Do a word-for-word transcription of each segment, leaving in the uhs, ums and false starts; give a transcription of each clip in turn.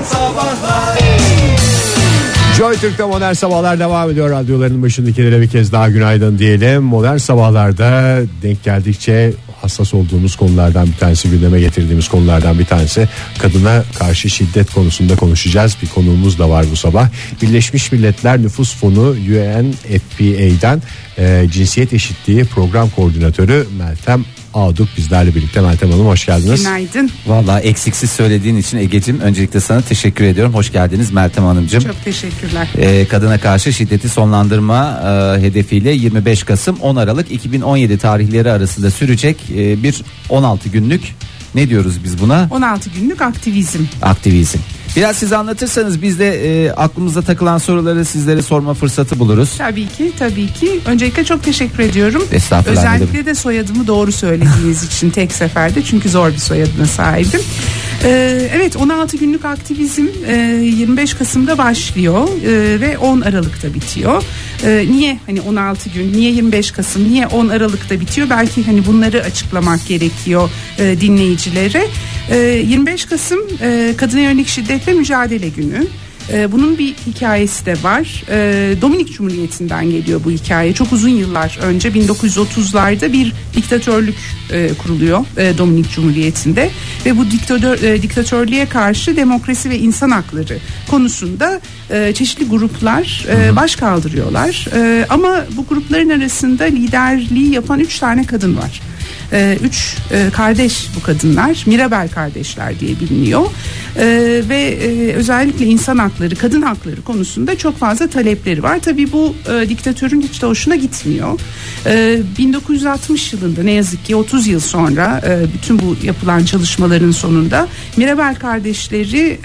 Sabahlar. Joy Türk'te Modern Sabahlar devam ediyor. Radyolarının başındakilere bir kez daha günaydın diyelim. Modern Sabahlar'da denk geldikçe hassas olduğumuz konulardan bir tanesi, gündeme getirdiğimiz konulardan bir tanesi kadına karşı şiddet konusunda konuşacağız. Bir konuğumuz da var bu sabah. Birleşmiş Milletler Nüfus Fonu U N F P A'dan e, cinsiyet eşitliği program koordinatörü Meltem Ağduk bizlerle birlikte. Meltem Hanım hoş geldiniz. Günaydın. Vallahi eksiksiz söylediğin için Egeciğim öncelikle sana teşekkür ediyorum. Hoş geldiniz Meltem Hanımcığım. Çok teşekkürler. Ee, kadına karşı şiddeti sonlandırma e, hedefiyle yirmi beş Kasım on Aralık iki bin on yedi tarihleri arasında sürecek e, bir on altı günlük, ne diyoruz biz buna? on altı günlük aktivizm. Aktivizm. Biraz siz anlatırsanız biz de e, aklımıza takılan soruları sizlere sorma fırsatı buluruz. Tabii ki, tabii ki. Öncelikle çok teşekkür ediyorum. Estağfurullah. Özellikle de soyadımı doğru söylediğiniz için tek seferde, çünkü zor bir soyadına sahibim. Ee, evet, on altı günlük aktivizm e, yirmi beş Kasım'da başlıyor e, ve on Aralık'ta bitiyor. E, niye hani on altı gün, niye yirmi beş Kasım, niye on Aralık'ta bitiyor? Belki hani bunları açıklamak gerekiyor e, dinleyicilere. E, yirmi beş Kasım e, kadına yönelik şiddetle mücadele günü. Bunun bir hikayesi de var. Dominik Cumhuriyeti'nden geliyor bu hikaye. Çok uzun yıllar önce bin dokuz yüz otuzlarda bir diktatörlük kuruluyor Dominik Cumhuriyeti'nde ve bu diktatör, diktatörlüğe karşı demokrasi ve insan hakları konusunda çeşitli gruplar baş kaldırıyorlar. Ama bu grupların arasında liderliği yapan üç tane kadın var. Üç kardeş bu kadınlar, Mirabel kardeşler diye biliniyor ve özellikle insan hakları, kadın hakları konusunda çok fazla talepleri var. Tabii bu diktatörün hiç de hoşuna gitmiyor. bin dokuz yüz altmış yılında, ne yazık ki otuz yıl sonra, bütün bu yapılan çalışmaların sonunda Mirabel kardeşleri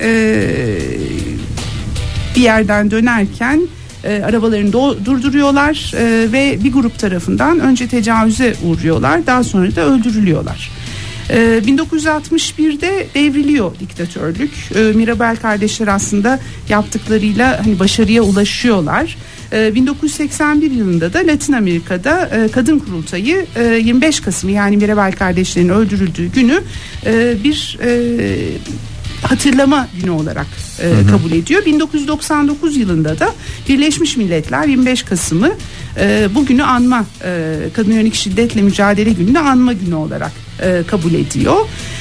bir yerden dönerken E, arabalarını do- durduruyorlar e, ve bir grup tarafından önce tecavüze uğruyorlar, daha sonra da öldürülüyorlar. E, bin dokuz yüz altmış birde devriliyor diktatörlük. E, Mirabel kardeşler aslında yaptıklarıyla hani başarıya ulaşıyorlar. E, bin dokuz yüz seksen bir yılında da Latin Amerika'da e, kadın kurultayı e, yirmi beş Kasım, yani Mirabel kardeşlerin öldürüldüğü günü e, bir e, hatırlama günü olarak e, hı hı. kabul ediyor. bin dokuz yüz doksan dokuz yılında da Birleşmiş Milletler yirmi beş Kasım'ı e, bugünü anma, e, kadın yönelik şiddetle mücadele gününü anma günü olarak e, kabul ediyor.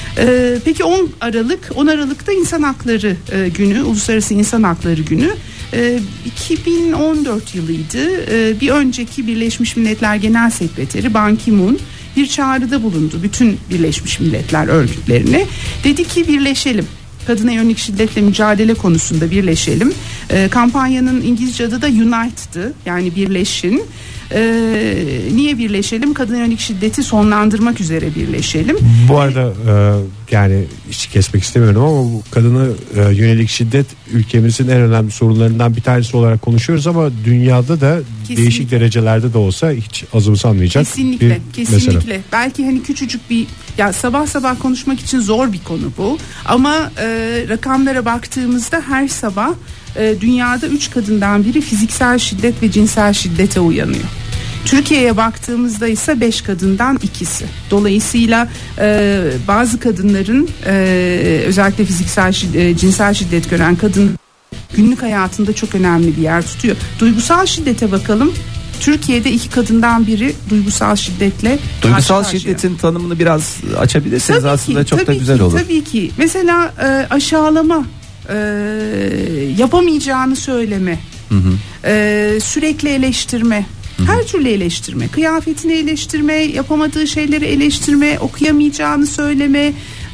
E, peki on Aralık, on Aralık'ta İnsan Hakları e, Günü, Uluslararası İnsan Hakları Günü. E, iki bin on dört yılıydı. E, bir önceki Birleşmiş Milletler Genel Sekreteri Ban Ki-moon bir çağrıda bulundu bütün Birleşmiş Milletler örgütlerine. Dedi ki birleşelim. Kadına yönelik şiddetle mücadele konusunda birleşelim. E, kampanyanın İngilizce adı da Unite'dı, yani birleşin. E, niye birleşelim? Kadına yönelik şiddeti sonlandırmak üzere birleşelim. Bu arada e, yani hiç kesmek istemiyorum ama bu kadına e, yönelik şiddet ülkemizin en önemli sorunlarından bir tanesi olarak konuşuyoruz ama dünyada da kesinlikle, değişik derecelerde de olsa hiç azımsanmayacak. Kesinlikle, bir kesinlikle. mesele. Belki hani küçücük bir, ya sabah sabah konuşmak için zor bir konu bu. Ama e, rakamlara baktığımızda her sabah e, dünyada üç kadından biri fiziksel şiddet ve cinsel şiddete uyanıyor. Türkiye'ye baktığımızda ise beş kadından ikisi. Dolayısıyla e, bazı kadınların e, özellikle fiziksel şiddet, cinsel şiddet gören kadın günlük hayatında çok önemli bir yer tutuyor. Duygusal şiddete bakalım. Türkiye'de iki kadından biri duygusal şiddetle Duygusal şiddetin tanımını biraz açabilirsiniz, tabii aslında ki, çok da güzel ki, olur. Tabii ki. Mesela e, aşağılama, e, yapamayacağını söyleme, hı hı. E, sürekli eleştirme. Her türlü eleştirme, kıyafetini eleştirme, yapamadığı şeyleri eleştirme, okuyamayacağını söyleme,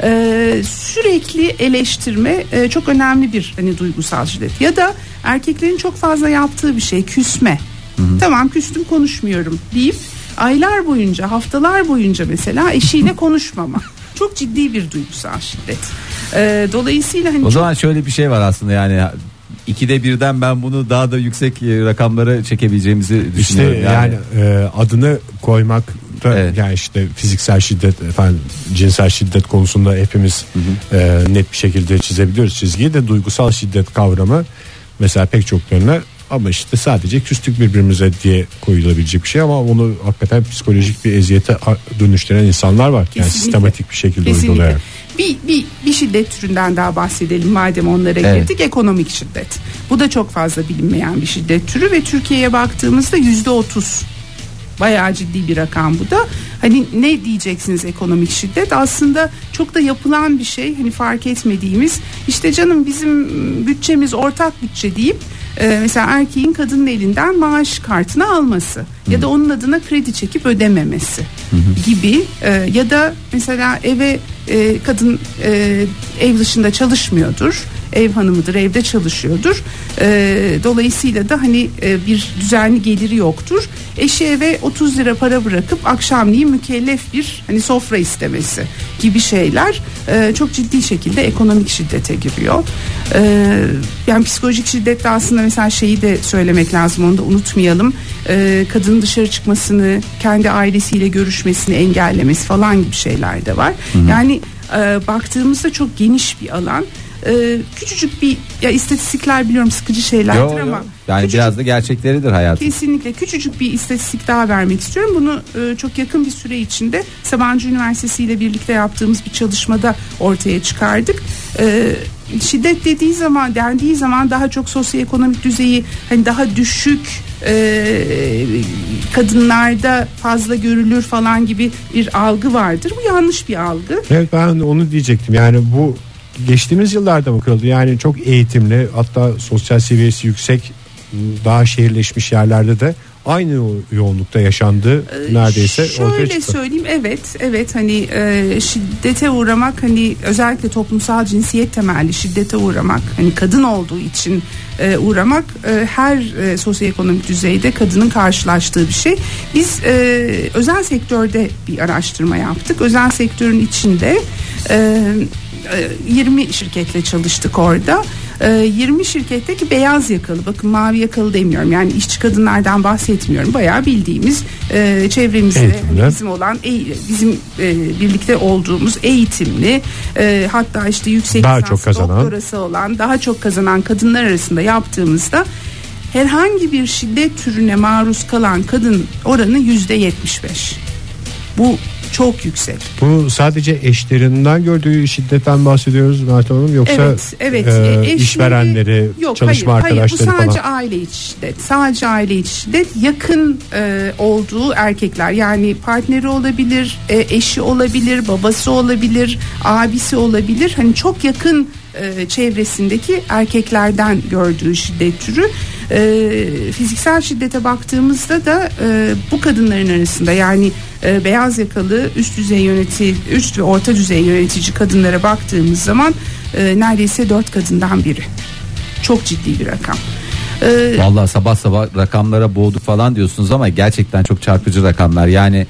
e, sürekli eleştirme e, çok önemli bir hani duygusal şiddet. Ya da erkeklerin çok fazla yaptığı bir şey, küsme. Hı hı. Tamam, küstüm, konuşmuyorum deyip aylar boyunca, haftalar boyunca mesela eşiyle konuşmama. Çok ciddi bir duygusal şiddet. E, dolayısıyla hani o çok... zaman şöyle bir şey var aslında, yani İkide birden ben bunu daha da yüksek rakamlara çekebileceğimizi düşünüyorum. İşte yani, yani e, adını koymak da, evet. Yani işte fiziksel şiddet, efendim cinsel şiddet konusunda hepimiz hı hı. E, net bir şekilde çizebiliyoruz çizgiyi de, duygusal şiddet kavramı mesela pek çoklarına ama işte sadece küstük birbirimize diye koyulabilecek bir şey ama onu hakikaten psikolojik bir eziyete dönüştüren insanlar var. Kesinlikle. Yani sistematik bir şekilde uygulayarak. bir, bir, bir şiddet türünden daha bahsedelim madem onlara Evet. girdik. Ekonomik şiddet. Bu da çok fazla bilinmeyen bir şiddet türü ve Türkiye'ye baktığımızda yüzde otuz. Bayağı ciddi bir rakam bu da. Hani ne diyeceksiniz ekonomik şiddet? Aslında çok da yapılan bir şey. Hani fark etmediğimiz. İşte canım bizim bütçemiz ortak bütçe deyip e, mesela erkeğin kadının elinden maaş kartını alması. Hı. Ya da onun adına kredi çekip ödememesi. Hı hı. Gibi e, ya da mesela eve e, kadın e, ev dışında çalışmıyordur. Ev hanımıdır, evde çalışıyordur. E, dolayısıyla da hani e, bir düzenli geliri yoktur. Eşi eve otuz lira para bırakıp akşamleyin mükellef bir hani sofra istemesi gibi şeyler e, çok ciddi şekilde ekonomik şiddete giriyor. E, yani psikolojik şiddet de aslında mesela şeyi de söylemek lazım, onu da unutmayalım. E, kadının dışarı çıkmasını, kendi ailesiyle görüşmesini engellemesi falan gibi şeyler de var. Hı hı. Yani e, baktığımızda çok geniş bir alan. Ee, küçücük bir ya istatistikler biliyorum sıkıcı şeylerdir yo, ama yo. Yani küçücük, biraz da gerçekleridir hayatım. Kesinlikle küçücük bir istatistik daha vermek istiyorum. Bunu e, çok yakın bir süre içinde Sabancı Üniversitesi ile birlikte yaptığımız bir çalışmada ortaya çıkardık. E, şiddet dediği zaman dendiği zaman daha çok sosyoekonomik düzeyi hani daha düşük e, kadınlarda fazla görülür falan gibi bir algı vardır. Bu yanlış bir algı. Evet, ben onu diyecektim. Yani bu geçtiğimiz yıllarda mı kırıldı? Yani çok eğitimli, hatta sosyal seviyesi yüksek, daha şehirleşmiş yerlerde de aynı yoğunlukta yaşandı neredeyse. Şöyle söyleyeyim, evet evet hani e, şiddete uğramak, hani özellikle toplumsal cinsiyet temelli şiddete uğramak, hani kadın olduğu için e, uğramak e, her e, sosyoekonomik düzeyde kadının karşılaştığı bir şey. Biz e, özel sektörde bir araştırma yaptık. Özel sektörün içinde e, yirmi şirketle çalıştık orada. yirmi şirketteki beyaz yakalı, bakın mavi yakalı demiyorum, yani işçi kadınlardan bahsetmiyorum, bayağı bildiğimiz çevremizde hani bizim olan bizim birlikte olduğumuz eğitimli, hatta işte yüksek daha lisans, çok kazanan, doktorası olan, daha çok kazanan kadınlar arasında yaptığımızda herhangi bir şiddet türüne maruz kalan kadın oranı yüzde yetmiş beş. Bu çok yüksek. Bu sadece eşlerinden gördüğü şiddetten bahsediyoruz Meltem Hanım, yoksa evet, evet. E, Eşleri, işverenleri, yok, çalışma hayır, arkadaşları hayır, bu sadece falan. aile içi şiddet. Sadece aile içi şiddet. Yakın e, olduğu erkekler, yani partneri olabilir, e, eşi olabilir, babası olabilir, abisi olabilir. Hani çok yakın e, çevresindeki erkeklerden gördüğü şiddet türü. E, fiziksel şiddete baktığımızda da e, bu kadınların arasında, yani e, beyaz yakalı üst düzey yönetici, üst ve orta düzey yönetici kadınlara baktığımız zaman e, neredeyse dört kadından biri. Çok ciddi bir rakam. E, Vallahi sabah sabah rakamlara boğduk falan diyorsunuz ama gerçekten çok çarpıcı rakamlar. Yani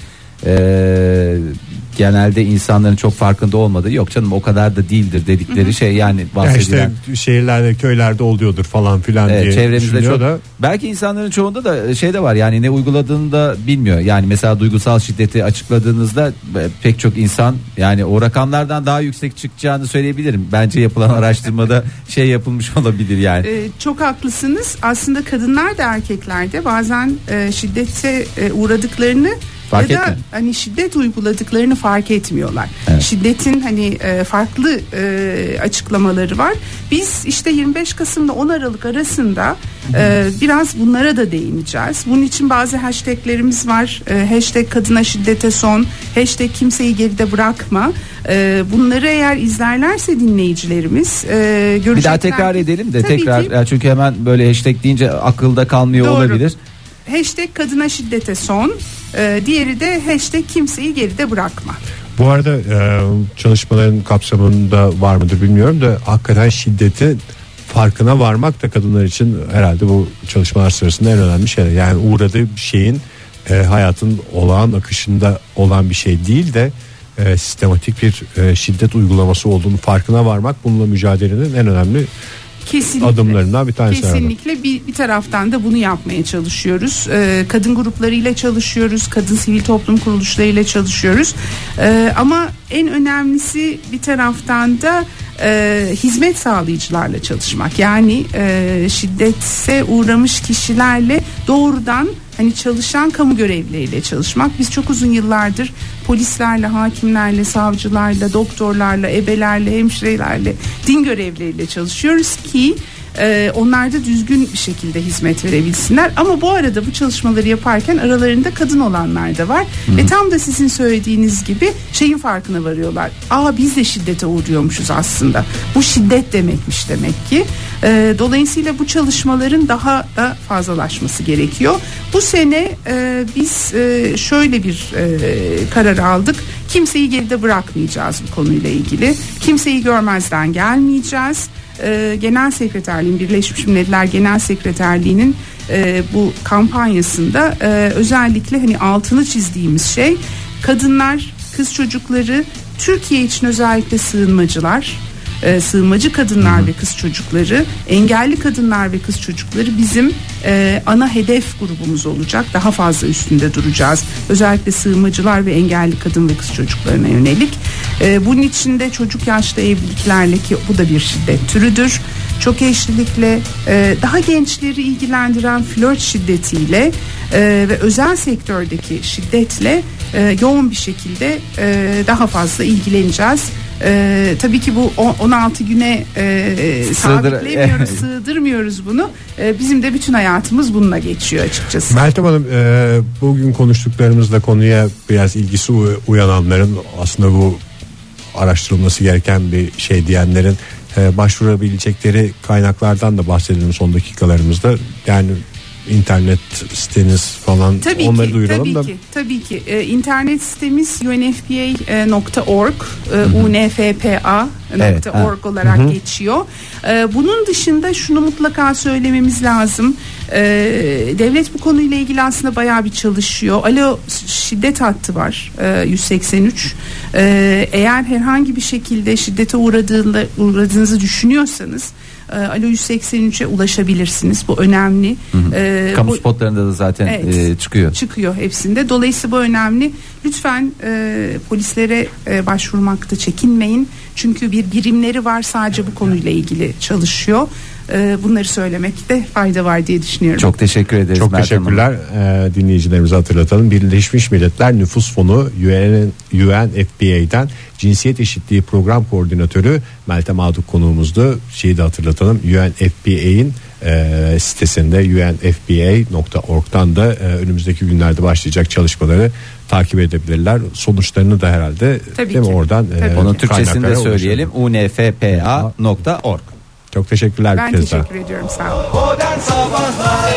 e, genelde insanların çok farkında olmadığı, yok canım o kadar da değildir dedikleri şey, yani bahsedilen. Ya işte şehirlerde, köylerde oluyordur falan filan evet, diye çevremizde çok da. Belki insanların çoğunda da şey de var, yani ne uyguladığını da bilmiyor. Yani mesela duygusal şiddeti açıkladığınızda pek çok insan, yani o rakamlardan daha yüksek çıkacağını söyleyebilirim. Bence yapılan araştırmada şey yapılmış olabilir yani. Ee, çok haklısınız. Aslında kadınlar da erkekler de bazen e, şiddete e, uğradıklarını fark ya da etme. Hani şiddet uyguladıklarını fark etmiyorlar. Evet. Şiddetin hani e, farklı e, açıklamaları var. Biz işte yirmi beş Kasım'da on Aralık arasında e, biraz bunlara da değineceğiz. Bunun için bazı hashtaglerimiz var. E, hashtag kadına şiddete son, hashtag kimseyi geride bırakma. E, bunları eğer izlerlerse dinleyicilerimiz e, görecekler. Bir daha tekrar edelim de Tabii tekrar ki. Çünkü hemen böyle hashtag deyince akılda kalmıyor. Doğru. Olabilir. Hashtag kadına şiddete son, e, diğeri de hashtag kimseyi geride bırakma. Bu arada e, çalışmaların kapsamında var mıdır bilmiyorum da, hakikaten şiddetin farkına varmak da kadınlar için herhalde bu çalışmalar sırasında en önemli şey. Yani uğradığı bir şeyin e, hayatın olağan akışında olan bir şey değil de e, sistematik bir e, şiddet uygulaması olduğunu farkına varmak, bununla mücadelenin en önemli Kesinlikle. adımlarından bir tanesi. Kesinlikle bir, bir taraftan da bunu yapmaya çalışıyoruz. Ee, kadın gruplarıyla çalışıyoruz, kadın sivil toplum kuruluşlarıyla çalışıyoruz. Ee, ama en önemlisi bir taraftan da e, hizmet sağlayıcılarla çalışmak. Yani e, şiddete uğramış kişilerle doğrudan hani çalışan kamu görevlileriyle çalışmak. Biz çok uzun yıllardır polislerle, hakimlerle, savcılarla, doktorlarla, ebelerle, hemşirelerle, din görevlileriyle çalışıyoruz ki e, onlar da düzgün bir şekilde hizmet verebilsinler. Ama bu arada bu çalışmaları yaparken aralarında kadın olanlar da var. Hı-hı. Ve tam da sizin söylediğiniz gibi şeyin farkına varıyorlar. Aa, biz de şiddete uğruyormuşuz aslında. Bu şiddet demekmiş demek ki. E, dolayısıyla bu çalışmaların daha da fazlalaşması gerekiyor. Bu sene e, biz e, şöyle bir e, karar aldık. Kimseyi geride bırakmayacağız bu konuyla ilgili. Kimseyi görmezden gelmeyeceğiz. E, Genel Sekreterliğin, Birleşmiş Milletler Genel Sekreterliği'nin e, bu kampanyasında e, özellikle hani altını çizdiğimiz şey, kadınlar, kız çocukları, Türkiye için özellikle sığınmacılar, e, sığınmacı kadınlar Hı-hı. ve kız çocukları, engelli kadınlar ve kız çocukları bizim e, ana hedef grubumuz olacak. Daha fazla üstünde duracağız. Özellikle sığınmacılar ve engelli kadın ve kız çocuklarına yönelik. E, bunun içinde çocuk yaşta evliliklerle, ki bu da bir şiddet türüdür, çok eşlilikle, e, daha gençleri ilgilendiren flört şiddetiyle e, ve özel sektördeki şiddetle e, yoğun bir şekilde e, daha fazla ilgileneceğiz. Ee, tabii ki bu on altı güne e, sabitlemiyoruz, sığdırmıyoruz bunu. Ee, bizim de bütün hayatımız bununla geçiyor açıkçası. Meltem Hanım, e, bugün konuştuklarımızda konuya biraz ilgisi uyananların, aslında bu araştırılması gereken bir şey diyenlerin e, başvurabilecekleri kaynaklardan da bahsedelim son dakikalarımızda. Yani İnternet siteniz falan, tabii onları ki, duyuralım tabii da. Ki, tabii ki. Ee, internet sitemiz u n f p a nokta org, e, u n f p a nokta org evet, olarak Hı-hı. geçiyor. Ee, bunun dışında şunu mutlaka söylememiz lazım. Ee, devlet bu konuyla ilgili aslında bayağı bir çalışıyor. Alo şiddet hattı var, e, yüz seksen üç. Ee, eğer herhangi bir şekilde şiddete uğradığında, uğradığınızı düşünüyorsanız Alo yüz seksen üçe ulaşabilirsiniz. Bu önemli. Hı hı. Ee, Kamu bu, spotlarında da zaten evet, e, çıkıyor. Çıkıyor hepsinde. Dolayısıyla bu önemli. Lütfen e, polislere e, başvurmakta çekinmeyin. Çünkü bir birimleri var, sadece bu konuyla ilgili çalışıyor. E, bunları söylemekte fayda var diye düşünüyorum. Çok teşekkür ederiz. Çok Meltem teşekkürler. E, dinleyicilerimize hatırlatalım. Birleşmiş Milletler Nüfus Fonu U N F P A'dan Cinsiyet Eşitliği Program Koordinatörü Meltem Aduk konuğumuzdu. Şeyi de hatırlatalım. U N F P A'in e, sitesinde u n f p a nokta org'dan da e, önümüzdeki günlerde başlayacak çalışmaları takip edebilirler. Sonuçlarını da herhalde Tabii değil ki. mi oradan e, onun Türkçesini de söyleyelim. u n f p a nokta org. Çok teşekkürler. Ben teşekkür ediyorum. Sağ olun. Modern Sabahlar.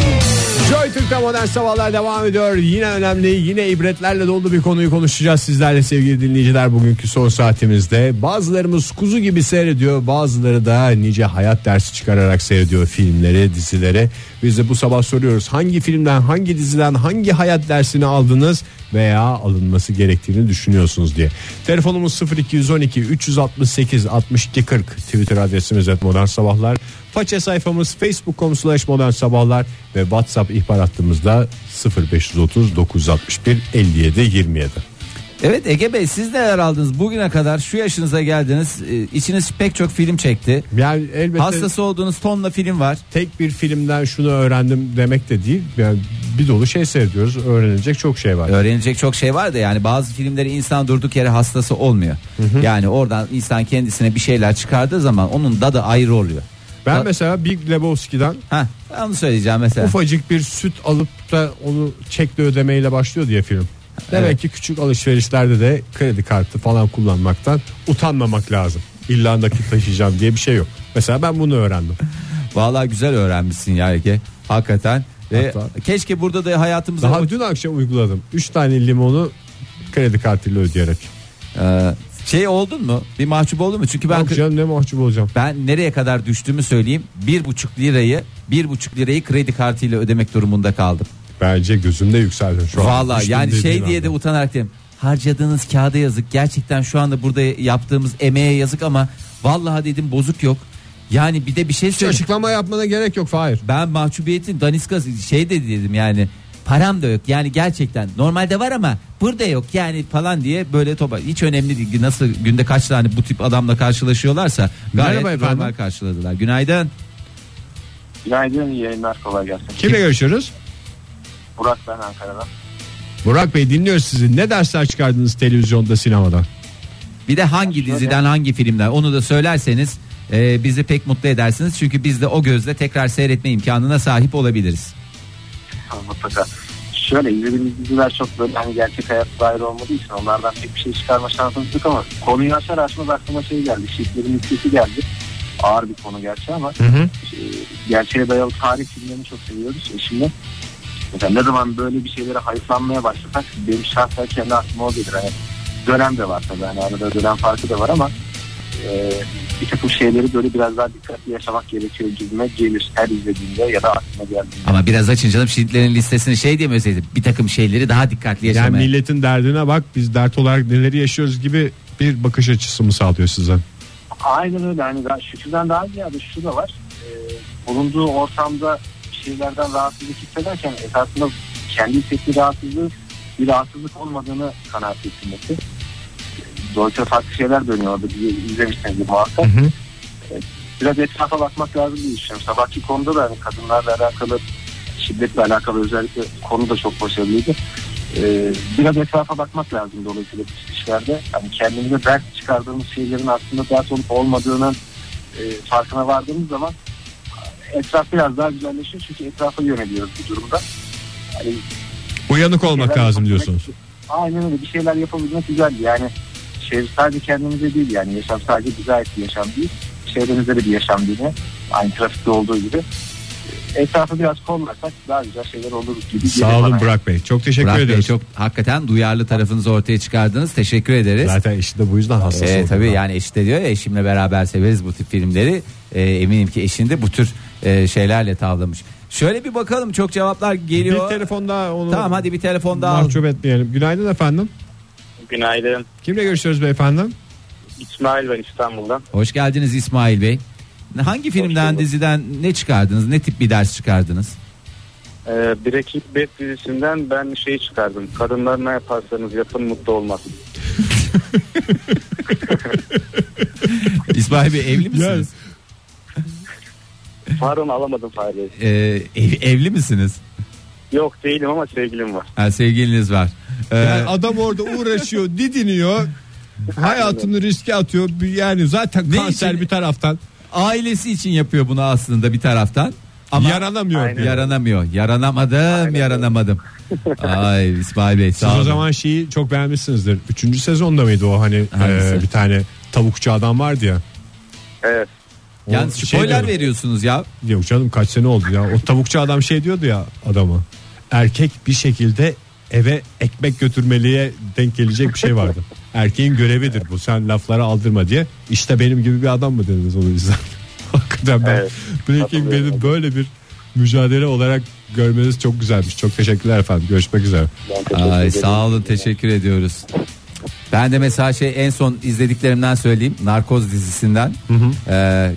Joy Türk'te Modern Sabahlar devam ediyor. Yine önemli, yine ibretlerle dolu bir konuyu konuşacağız sizlerle sevgili dinleyiciler. Bugünkü son saatimizde bazılarımız kuzu gibi seyrediyor, bazıları da nice hayat dersi çıkararak seyrediyor filmleri, dizileri. Biz de bu sabah soruyoruz, hangi filmden, hangi diziden, hangi hayat dersini aldınız veya alınması gerektiğini düşünüyorsunuz diye. Telefonumuz sıfır iki on iki üç altı sekiz altmış iki kırk, Twitter adresimiz et Modern Sabahlar, faça sayfamız facebook nokta com slash modern sabahlar ve WhatsApp ihbar hattımızda sıfır beş otuz dokuz altmış bir elli yedi yirmi yedi. Evet Ege Bey, siz neler aldınız bugüne kadar, şu yaşınıza geldiniz, içiniz pek çok film çekti. Yani elbette hastası olduğunuz tonla film var. Tek bir filmden şunu öğrendim demek de değil. Yani bir dolu şey seyrediyoruz. Öğrenilecek çok şey var. Öğrenilecek çok şey var da yani bazı filmleri insan durduk yere hastası olmuyor. Hı hı. Yani oradan insan kendisine bir şeyler çıkardığı zaman onun dadı ayrı oluyor. Ben da- mesela Big Lebowski'den Heh, onu söyleyeceğim mesela. ufacık bir süt alıp da onu çekle ödemeyle başlıyor diye film. Demek evet. ki küçük alışverişlerde de kredi kartı falan kullanmaktan utanmamak lazım. İlla nakit taşıyacağım diye bir şey yok. Mesela ben bunu öğrendim. Vallahi güzel öğrenmişsin ya Ege. Hakikaten. Ve Hatta, keşke burada da hayatımıza... Daha o... dün akşam uyguladım. üç tane limonu kredi kartıyla ödeyerek. Ee, şey oldun mu? Bir mahcup oldun mu? Çünkü ben... Yok canım, ne mahcup olacağım. Ben nereye kadar düştüğümü söyleyeyim. Bir buçuk lirayı bir buçuk lirayı kredi kartıyla ödemek durumunda kaldım. Bence gözümde yükseldim şu an. Vallahi yani şey diye de utanarak diyeyim. Harcadığınız kağıda yazık. Gerçekten şu anda burada yaptığımız emeğe yazık ama vallahi dedim bozuk yok. Yani bir de bir şey söyle. Hiç açıklama yapmana gerek yok Fahir. Ben mahcubiyetin daniskası şey de dedim yani. param da yok yani gerçekten normalde var ama burada yok yani falan diye böyle topa hiç önemli değil nasıl günde kaç tane bu tip adamla karşılaşıyorlarsa gayet Merhaba normal karşıladılar. Günaydın. Günaydın, iyi yayınlar, kolay gelsin. Kimle görüşüyoruz? Burak, ben Ankara'dan. Burak Bey dinliyoruz sizi. Ne dersler çıkardınız televizyonda, sinemadan? Bir de hangi diziden, hangi filmden onu da söylerseniz e, bizi pek mutlu edersiniz. Çünkü biz de o gözle tekrar seyretme imkanına sahip olabiliriz. Mutlaka. Şöyle, izlediğimiz diziler çok böyle hani gerçek hayat dair olmadığı için onlardan pek bir şey çıkarma şansımız yok ama konuyu açar açmaz aklıma şey geldi. Şiflerin listesi geldi. Ağır bir konu gerçi ama hı hı. E, gerçeğe dayalı tarih filmlerini çok seviyoruz. E şimdi mesela ne zaman böyle bir şeylere hayıflanmaya başlasak benim şahsen kendi aklıma o gelir. Hani dönem de var tabii. Yani arada dönem farkı da var ama e, bir takım şeyleri böyle biraz daha dikkatli yaşamak gerekiyor gibime gelir her izlediğimde ya da aklıma geldiğinde. Ama biraz açın canım Şiitlerin listesini şey diye mi özetledi? Bir takım şeyleri daha dikkatli yaşamaya. Yani milletin derdine bak, biz dert olarak neleri yaşıyoruz gibi bir bakış açısı mı sağlıyor size? Aynen öyle. Hani daha, şükürden daha ziyade şu da var. E, bulunduğu ortamda bir şeylerden rahatsızlık hissederken esasında kendi hissettiği rahatsızlığı bir rahatsızlık olmadığını kanaat ettirmesi. Dolayısıyla farklı şeyler dönüyor orada, izlemişsiniz muhakkak. Hı hı. Biraz etrafa bakmak lazım diye düşünüyorum. Sabahki konuda da hani kadınlarla alakalı, şiddetle alakalı özellikle konu da çok başarılıydı. Ee, biraz etrafa bakmak lazım dolayısıyla bu işlerde. Hani kendimize ders çıkardığımız şeylerin aslında ders olup olmadığının e, farkına vardığımız zaman etraf biraz daha güzelleşiyor. Çünkü etrafa yöneliyoruz bu durumda. Hani, uyanık olmak lazım diyorsunuz. Aynen öyle, bir şeyler yapabilmek güzel. Yani şey, sadece kendimize değil, yani yaşam sadece bize ait bir yaşam değil. Çevremizde de bir yaşam değil. Aynı trafikte olduğu gibi. Etrafı biraz kollarsak daha güzel şeyler olur gibi. Sağ olun Burak Bey. Çok teşekkür Burak ediyoruz. Bey çok hakikaten duyarlı tarafınızı ortaya çıkardınız. Teşekkür ederiz. Zaten eşi de bu yüzden hassas Ee, oldu. tabii yani eşi de diyor ya, eşimle beraber severiz bu tip filmleri. Ee, eminim ki eşin de bu tür e, şeylerle tavlamış. Şöyle bir bakalım, çok cevaplar geliyor. Bir telefon daha, onu Tamam, hadi bir telefon daha al. mahcup etmeyelim. Günaydın efendim. Günaydın. Kimle görüşüyoruz beyefendi? İsmail, ben İstanbul'dan. Hoş geldiniz İsmail Bey. Hangi filmden, diziden ne çıkardınız? Ne tip bir ders çıkardınız? Ee, Breaking Bad dizisinden ben şey çıkardım. Kadınlar ne yaparsanız yapın mutlu olmaz. İsmail Bey evli misiniz? Pardon, alamadım Fahri. Ee, ev, evli misiniz? Yok değilim ama sevgilim var. Ha, sevgiliniz var. Ee, Yani adam orada uğraşıyor, didiniyor. Hayatını riske atıyor. Yani zaten Ne kanser için? bir taraftan. ailesi için yapıyor bunu aslında bir taraftan. Ama Yaranamıyor. Aynen. yaranamıyor. Yaranamadım, Aynen. yaranamadım. Ay İsmail Bey, Siz sağ olun. o zaman şeyi çok beğenmişsinizdir. Üçüncü sezonda mıydı o, hani e, bir tane tavukçu adam vardı ya. Evet. O Yani şey spoiler diyordu. veriyorsunuz ya. Yok canım, kaç sene oldu ya. O tavukçu adam şey diyordu ya adama. Erkek bir şekilde eve ekmek götürmeliye denk gelecek bir şey vardı. Erkeğin görevidir bu, sen laflara aldırma diye. İşte benim gibi bir adam mı dediniz onu yüzden? Hakikaten ben Evet, Breaking Bad'i böyle bir mücadele olarak görmeniz çok güzelmiş. Çok teşekkürler efendim. Görüşmek üzere. Ay sağ olun, teşekkür ediyoruz. Ben de mesela şey, en son izlediklerimden söyleyeyim. Narkoz dizisinden. Hı hı. Ee,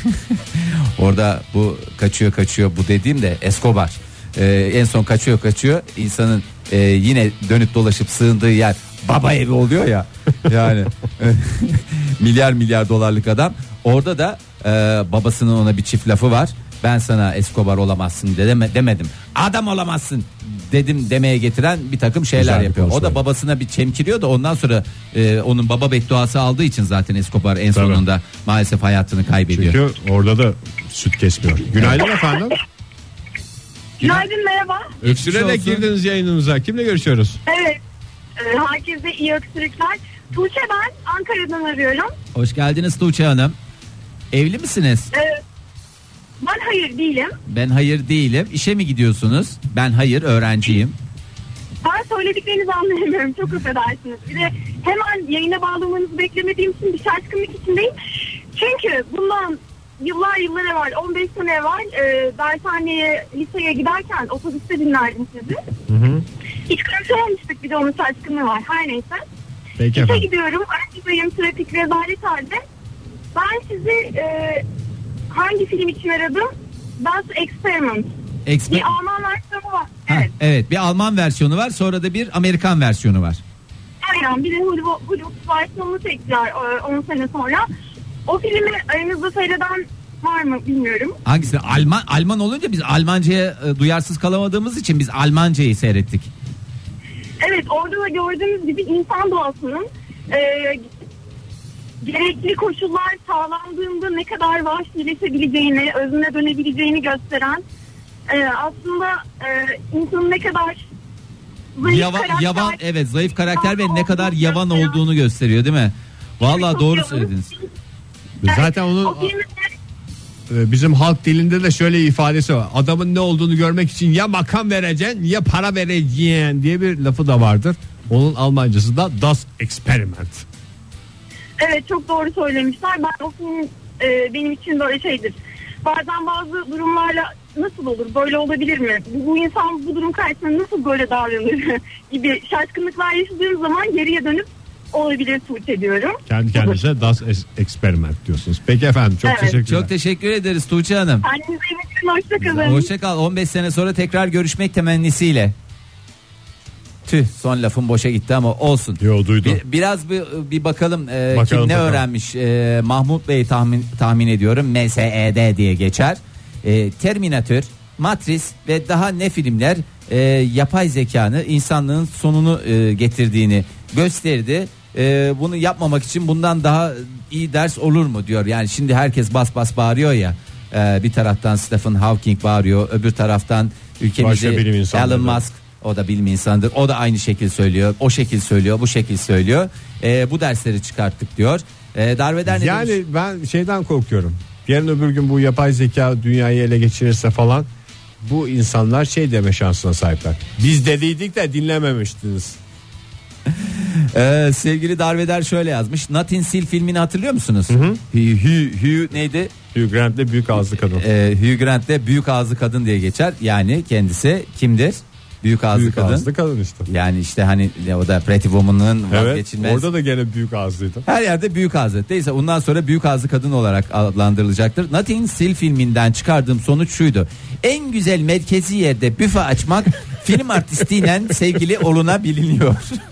orada bu kaçıyor kaçıyor bu dediğim de Escobar. Ee, en son kaçıyor kaçıyor. İnsanın e, yine dönüp dolaşıp sığındığı yer baba evi oluyor ya. Yani milyar milyar dolarlık adam. Orada da e, babasının ona bir çift lafı var. Ben sana Escobar olamazsın deme, demedim. Adam olamazsın dedim demeye getiren bir takım şeyler Güzel bir yapıyor. O konuşma. da babasına bir çemkiriyor da ondan sonra e, onun baba bedduası aldığı için zaten Escobar en Tabii. sonunda maalesef hayatını kaybediyor. Çünkü orada da süt kesmiyor. Günaydın efendim. Günaydın, merhaba. Öksürerek olsun. girdiniz yayınımıza. Kimle görüşüyoruz? Evet, e, herkese iyi öksürükler. Tuğçe, ben Ankara'dan arıyorum. Hoş geldiniz Tuğçe Hanım. Evli misiniz? E, ben hayır değilim. Ben hayır değilim. İşe mi gidiyorsunuz? Ben hayır, öğrenciyim. Ben söylediklerinizi anlayamıyorum, çok affedersiniz. Bir de hemen yayına bağlamanızı beklemediğim için bir şaşkınlık içindeyim. Çünkü bundan yıllar yıllar evvel, on beş sene evvel e, dershaneye, liseye giderken otobüste dinlerdim sizi. Hı hı. Hiç konuşamamıştık, bir de onun şaşkınlığı var. Her neyse. Peki İşe efendim. gidiyorum, aracıdayım, trafik rezalet halde. Ben sizi e, hangi film için aradım? That's Experiment. Exper- Bir Alman versiyonu var. Ha, Evet. evet, bir Alman versiyonu var, sonra da bir Amerikan versiyonu var. Aynen, bir de Hollywood, Hollywood versiyonunu çektiler on sene sonra. O filmi aranızda seyreden var mı bilmiyorum. Hangisi? Alman Alman olunca biz Almanca'ya e, duyarsız kalamadığımız için biz Almanca'yı seyrettik. Evet, orada da gördüğümüz gibi insan doğasının e, gerekli koşullar sağlandığında ne kadar vahşileşebileceğini, özüne dönebileceğini gösteren, e, aslında e, insanın ne kadar zayıf Yavan, karakter, yavan, evet, zayıf karakter ve ne kadar olduğunu yavan gösteren- olduğunu gösteriyor, değil mi? Vallahi Çok doğru yavan. söylediniz. Zaten Evet, onun o filmde- e, bizim halk dilinde de şöyle ifadesi var. Adamın ne olduğunu görmek için ya makam vereceksin ya para vereceksin diye bir lafı da vardır. Onun Almancası da Das Experiment. Evet, çok doğru söylemişler. Ben o film e, benim için böyle şeydir. Bazen bazı durumlarla nasıl olur, böyle olabilir mi? Bu, bu insan bu durum karşısında nasıl böyle davranır gibi şaşkınlıklar yaşadığım zaman geriye dönüp olabilir Tuğçe ediyorum. Kendi kendinize Das Experiment diyorsunuz. Peki efendim, çok Evet. teşekkürler. Çok teşekkür ederiz Tuğçe Hanım. Kendinize iyi bakın, hoşçakalın. Hoşça kal. on beş sene sonra tekrar görüşmek temennisiyle. Tüh, son lafım boşa gitti ama olsun. Yo, duydum. Bir, biraz bir, bir bakalım, e, Bakalım, kim ne bakalım. öğrenmiş. E, Mahmut Bey tahmin tahmin ediyorum M S E D diye geçer. E, Terminator, Matrix ve daha ne filmler e, yapay zekanın insanlığın sonunu e, getirdiğini gösterdi. E, bunu yapmamak için bundan daha iyi ders olur mu diyor. Yani şimdi herkes bas bas bağırıyor ya. E, bir taraftan Stephen Hawking bağırıyor, öbür taraftan Başka bilim ülkemizde insanları Elon da. Musk, o da bilim insanıdır. O da aynı şekil söylüyor. O şekil söylüyor, bu şekil söylüyor. E, bu dersleri çıkarttık diyor. E, Darveder ne Yani demiş? ben şeyden korkuyorum. Yarın öbür gün bu yapay zeka dünyayı ele geçirirse falan, bu insanlar şey deme şansına sahipler. Biz dediydik de dinlememiştiniz. Ee, sevgili Darveder şöyle yazmış. Nothing Hill filmini hatırlıyor musunuz? Hugh, Hugh, Hugh neydi? Hugh Grant'le büyük ağızlı kadın. Ee, Hugh Grant'te büyük ağızlı kadın diye geçer. Yani kendisi kimdir? Büyük ağızlı Büyük kadın. ağızlı kadın işte. Yani işte hani o da Pretty Woman'ın Evet, vazgeçilmez. orada da gene büyük ağızlıydı. Her yerde büyük ağzı. Neyse, ondan sonra büyük ağzı kadın olarak adlandırılacaktır. Nothing Hill filminden çıkardığım sonuç şuydu. En güzel merkezi yerde büfe açmak film artistiyle sevgili oluna biliniyor.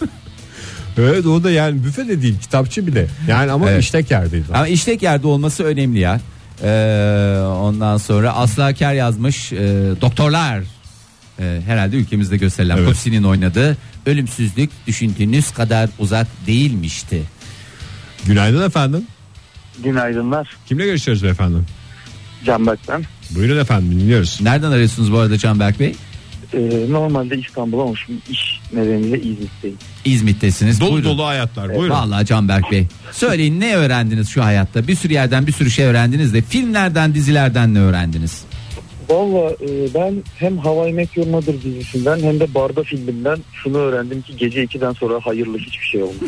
Evet, o da yani büfe de değil, kitapçı bile. Yani ama Evet. işlek yerdeydi. Ama işlek yerde olması önemli ya. Ee, ondan sonra Aslı Aker yazmış. E, doktorlar. E, herhalde ülkemizde gösterilen Evet. Pussi'nin oynadığı ölümsüzlük düşündüğünüz kadar uzak değilmişti. Günaydın efendim. Günaydınlar. Kimle görüşüyoruz beyefendi? Canberk ben. Buyurun efendim, dinliyoruz. Nereden arıyorsunuz bu arada Canberk Bey? Ee, normalde İstanbul'a ama şimdi iş nedeniyle İzmit'teyim. İzmit'tesiniz. Dolu Buyurun. dolu hayatlar. Buyurun. Vallahi Canberk Bey. Söyleyin, ne öğrendiniz şu hayatta? Bir sürü yerden bir sürü şey öğrendiniz de filmlerden, dizilerden ne öğrendiniz? Valla e, ben hem How I Met Your Mother dizisinden hem de Barda filminden şunu öğrendim ki gece ikiden sonra hayırlı hiçbir şey olmuyor.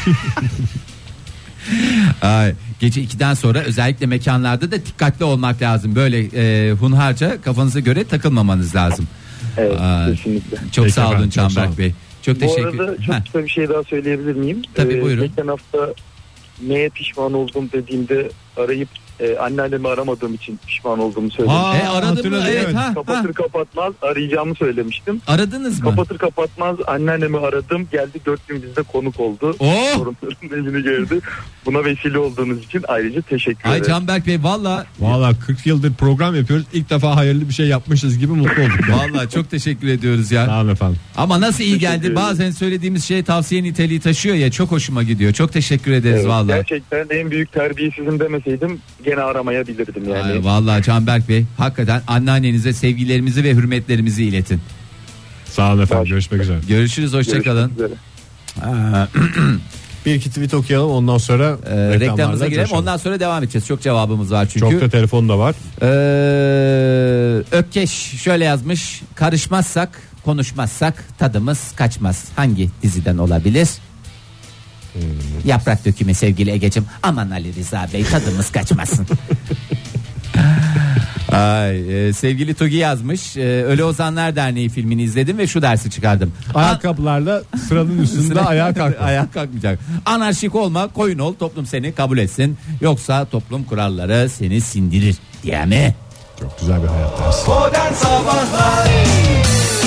Ay, gece ikiden sonra özellikle mekanlarda da dikkatli olmak lazım. Böyle e, hunharca kafanıza göre takılmamanız lazım. Evet, Ay, kesinlikle. çok Peki sağ olun efendim, çok sağ Canberk olun. Bey. Çok Bu teşekkür arada çok Heh, kısa bir şey daha söyleyebilir miyim? Tabii, buyurun. Geçen hafta neye pişman oldum dediğimde arayıp e, anneannemi aramadığım için pişman olduğumu söyledim. Aa, E, aradım mı? hatırladım, Evet, evet. ha, ha. Kapatır kapatmaz arayacağımı söylemiştim. Aradınız mı? Kapatır kapatmaz anneannemi aradım. Geldi dört gün bizde konuk oldu. Oh! Sorunların evini gördü. Buna vesile olduğunuz için ayrıca teşekkür Ay ederim. Canberk Bey, valla Valla kırk yıldır program yapıyoruz. İlk defa hayırlı bir şey yapmışız gibi mutlu olduk. valla çok teşekkür ediyoruz ya. Tamam efendim. Ama nasıl iyi geldi. ederim. Bazen söylediğimiz şey tavsiye niteliği taşıyor ya, çok hoşuma gidiyor. Çok teşekkür ederiz Evet, valla. gerçekten en büyük terbiyesizim demeseydim gene aramayabilirdim yani. Ay, vallahi Canberk Bey, hakikaten anneannenize sevgilerimizi ve hürmetlerimizi iletin. Sağ olun efendim, Baş- görüşmek üzere. Görüşürüz, hoşçakalın. Görüşmek üzere. Bir iki tweet okuyalım, ondan sonra Ee, reklamlarla reklamımıza girelim, coşalım. ondan sonra devam edeceğiz. Çok cevabımız var çünkü. Çok da telefon da var. Ee, Öpkeş şöyle yazmış: karışmazsak, konuşmazsak tadımız kaçmaz. Hangi diziden olabilir? Hmm. Yaprak Dökümü sevgili Egeciğim. Aman Ali Rıza Bey, tadımız kaçmasın. Ay, e, sevgili Tugi yazmış: e, Ölü Ozanlar Derneği filmini izledim ve şu dersi çıkardım. Ayakkabılarla sıranın üstünde ayağa kalkma. Ayağa kalkmayacak. Anarşik olma, koyun ol, toplum seni kabul etsin. Yoksa toplum kuralları seni sindirir. Diye mi? Çok güzel bir hayat dersi. Modern Sabahlar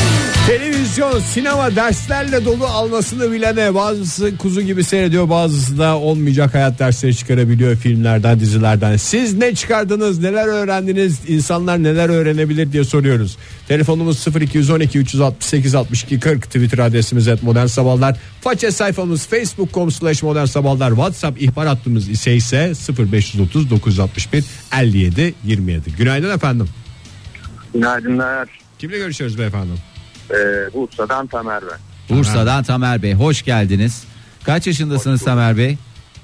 Televizyon, sinema derslerle dolu, almasını bilene. Bazısı kuzu gibi seyrediyor, bazısı da olmayacak hayat dersleri çıkarabiliyor filmlerden, dizilerden. Siz ne çıkardınız, neler öğrendiniz, insanlar neler öğrenebilir diye soruyoruz. Telefonumuz sıfır iki on iki üç altı sekiz altmış iki kırk, Twitter adresimiz et modern sabahlar, faça sayfamız facebook nokta com slash modern sabahlar, WhatsApp ihbar hattımız ise ise sıfır beş otuz dokuz altmış bir elli yedi yirmi yedi. Günaydın efendim. Günaydınlar. Kimle görüşüyoruz beyefendi? Ee, Bursa'dan Tamer ben. Bursa'dan Tamer Bey, hoş geldiniz. Kaç yaşındasınız Tamer Bey?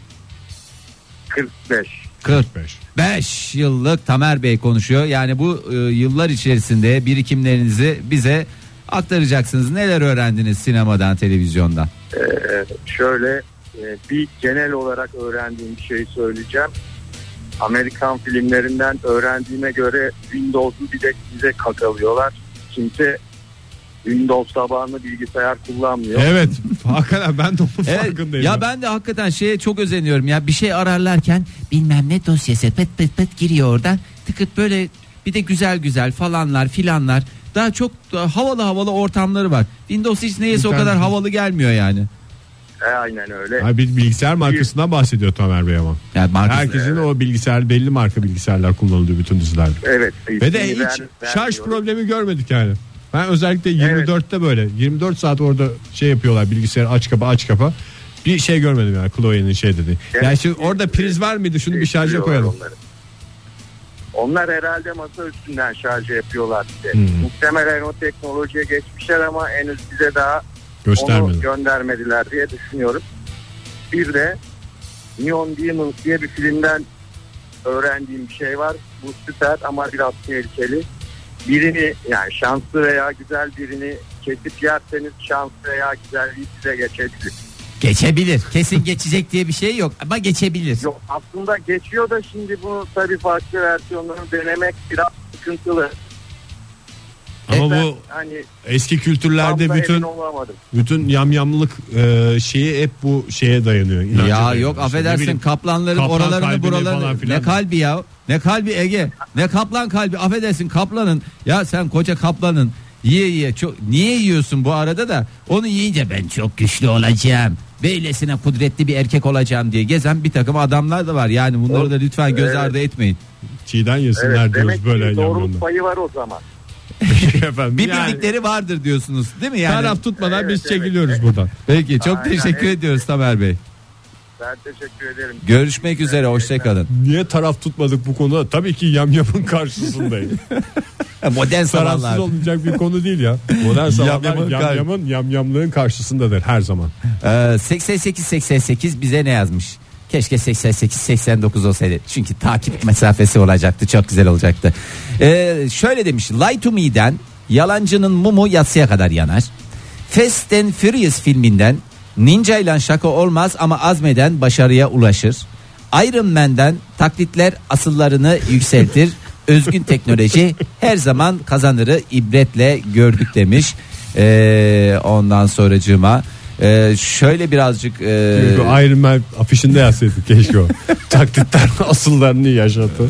kırk beş. kırk beş. beş yıllık Tamer Bey konuşuyor. Yani bu e, yıllar içerisinde birikimlerinizi bize aktaracaksınız. Neler öğrendiniz sinemadan, televizyondan? Ee, şöyle e, bir genel olarak öğrendiğim bir şeyi söyleyeceğim. Amerikan filmlerinden öğrendiğime göre Windows'u bir de bize kakalıyorlar. Kimse Windows tabanlı bilgisayar kullanmıyor. Evet, hakikaten ben de onun Evet, farkındayım. ya ben de hakikaten şeye çok özeniyorum ya, bir şey ararlarken bilmem ne dosyası pıt pıt pıt giriyor oradan, tıkıt böyle, bir de güzel güzel falanlar filanlar, daha çok daha havalı havalı ortamları var. Windows hiç neyse o kadar havalı gelmiyor yani. E, aynen öyle. Abi bir bilgisayar markasından bahsediyor Tamer Bey ama. Yani markası, herkesin evet. O bilgisayar, belli marka bilgisayarlar kullanılıyor bütün dizilerde. Evet. Ve de hiç ver, şarj problemi görmedik yani. Ben özellikle yirmi dörtte evet. Böyle yirmi dört saat orada şey yapıyorlar, bilgisayar aç kapa aç kapa. Bir şey görmedim yani Chloe'nin şey dedi. Evet. Yani şimdi orada priz var mıydı, şunu bir şarja koyalım. Onları. Onlar herhalde masa üstünden şarj yapıyorlar bize. Hmm. Muhtemelen o teknolojiye geçmişler ama henüz bize daha onu göndermediler diye düşünüyorum. Bir de Neon Demons diye bir filmden öğrendiğim bir şey var. Bu süper ama biraz tehlikeli. Birini, yani şanslı veya güzel birini kesip yerseniz şanslı veya güzelliği size geçebilir. Geçebilir. Kesin geçecek diye bir şey yok ama geçebilir. Yok, aslında geçiyor da şimdi bunu tabii farklı versiyonlarını denemek biraz sıkıntılı. Ama ben, bu hani eski kültürlerde bütün bütün yamyamlık e, şeyi hep bu şeye dayanıyor. Ya dayanıyor. Yok işte, affedersin, kaplanların kaplan oralarını buralarını ne kalbi ya, ne kalbi Ege, ne kaplan kalbi, affedersin kaplanın ya, sen koca kaplanın yiye yiye çok, niye yiyorsun bu arada da, onu yiyince ben çok güçlü olacağım, böylesine kudretli bir erkek olacağım diye gezen bir takım adamlar da var. Yani bunları o, da lütfen göz evet. ardı etmeyin. Çiğden yesinler evet, diyoruz böyle. Doğruluk payı var o zaman. Efendim, bir yani, bildikleri vardır diyorsunuz değil mi? Yani taraf tutmadan evet, biz çekiliyoruz evet. buradan. Peki çok Aynen, teşekkür evet. ediyoruz Tamer Bey. Ben teşekkür ederim. Görüşmek ben üzere, hoşçakalın. Niye taraf tutmadık bu konuda? Tabii ki yamyamın karşısındayım. Modern sabahlar. Tarafsız olmayacak bir konu değil ya. Modern sabahlar yamyamın yamyamlığın karşısındadır her zaman. Ee, seksen sekiz seksen sekiz bize ne yazmış? Keşke seksen sekiz seksen dokuz olsaydı. Çünkü takip mesafesi olacaktı. Çok güzel olacaktı. Ee, şöyle demiş. Lie to Me'den yalancının mumu yatsıya kadar yanar. Fast and Furious filminden ninja ile şaka olmaz ama azmeden başarıya ulaşır. Iron Man'den taklitler asıllarını yükseltir. Özgün teknoloji her zaman kazanırı ibretle gördük demiş. Ee, ondan sonracığıma Ee, şöyle birazcık e... Iron Man afişinde yazsaydık keşke o. Taklitler asıllarını yaşatır.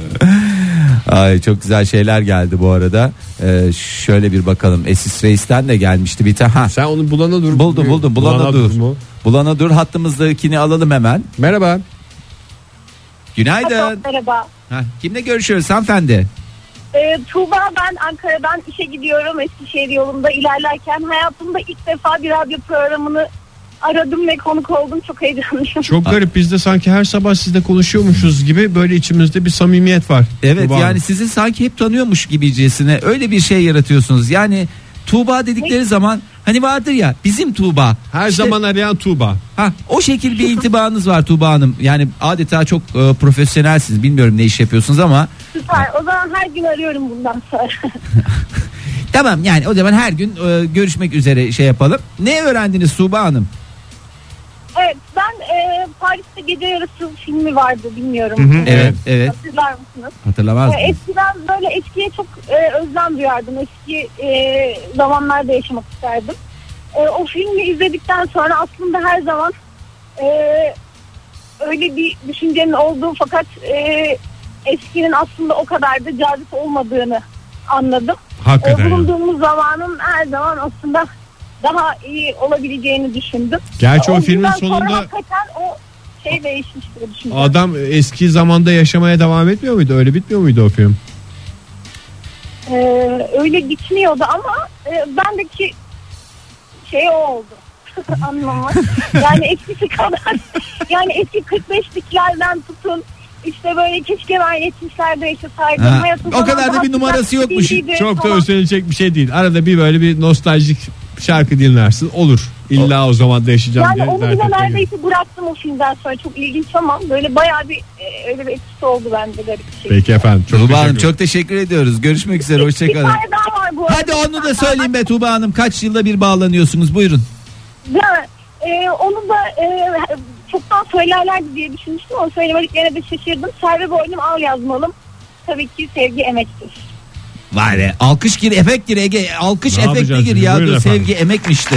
Ay çok güzel şeyler geldi bu arada. Ee, şöyle bir bakalım. Esis Reis'ten de gelmişti bir tane. Sen onu bulana dur. Buldum buldum. Bulana, bulana dur. Dur bulana dur. Hattımızdakini alalım hemen. Merhaba. Günaydın. Merhaba. Heh, kimle görüşüyoruz hanımefendi? Ee, Tuğba, ben Ankara'dan işe gidiyorum. Eskişehir yolunda ilerlerken hayatımda ilk defa bir radyo programını aradım ve konuk oldum. Çok heyecanlıyım. Çok garip, biz de sanki her sabah sizle konuşuyormuşuz gibi böyle içimizde bir samimiyet var. Evet Tuğba, yani sizi sanki hep tanıyormuş gibicesine öyle bir şey yaratıyorsunuz. Yani Tuğba dedikleri ne? zaman hani vardır ya bizim Tuğba. Her işte, zaman arayan Tuğba. Ha, o şekil bir intibanız var Tuğba Hanım. Yani adeta çok e, profesyonelsiniz. Bilmiyorum ne iş yapıyorsunuz ama. Süper. O zaman her gün arıyorum bundan sonra. Tamam, yani o zaman her gün e, görüşmek üzere şey yapalım. Ne öğrendiniz Tuğba Hanım? Evet, ben e, Paris'te Gece Yarısı filmi vardı, bilmiyorum. Hı hı, evet, evet. Hatırlar mısınız? Hatırlamaz e, Eskiden böyle eskiye çok e, özlem duyardım. Eski e, zamanlarda yaşamak isterdim. E, o filmi izledikten sonra aslında her zaman e, öyle bir düşüncenin olduğu fakat e, eskinin aslında o kadar da cazip olmadığını anladım. Hakikaten. E, bulunduğumuz zamanın her zaman aslında daha iyi olabileceğini düşündüm. Gerçi o, o filmin sonra sonunda hakikaten o şey değişmiştir düşündüm. adam eski zamanda yaşamaya devam etmiyor muydu? Öyle bitmiyor muydu o film? Ee, öyle gitmiyordu ama e, bendeki şey o oldu. Anlamaz. Yani eskisi kadar yani eski kırk beşliklerden tutun işte böyle keşke ben yetmişlerde yaşasaydım. Ha, Hayatım o kadar da bir numarası yokmuş. Çok da özenilecek bir şey değil. Arada bir böyle bir nostaljik şarkı dinlersin. Olur. İlla o zaman da yaşayacağım yani diye. onu dert bile etmeye gerek. neredeyse bıraktım o filmden sonra. Çok ilginç ama böyle bayağı bir e, öyle bir etkisi oldu bende garip bir şey. Peki efendim. Çok Tuğba teşekkür Hanım ederim. çok teşekkür ediyoruz. Görüşmek üzere. Bir Hoşçakalın. tane daha var bu arada. Hadi onu da söyleyeyim be Tuğba Hanım. Kaç yılda bir bağlanıyorsunuz? Buyurun. Ya, e, onu da e, çoktan söylerlerdi diye düşünmüştüm ama söylemediklerine de şaşırdım. Serve boynum al yazmalım. Tabii ki sevgi emektir. Vay be. Alkış gir, efekt gir Ege. Alkış Ne efekti yapacağız gir şimdi? ya. Buyurun Dur, efendim. sevgi emekmişti.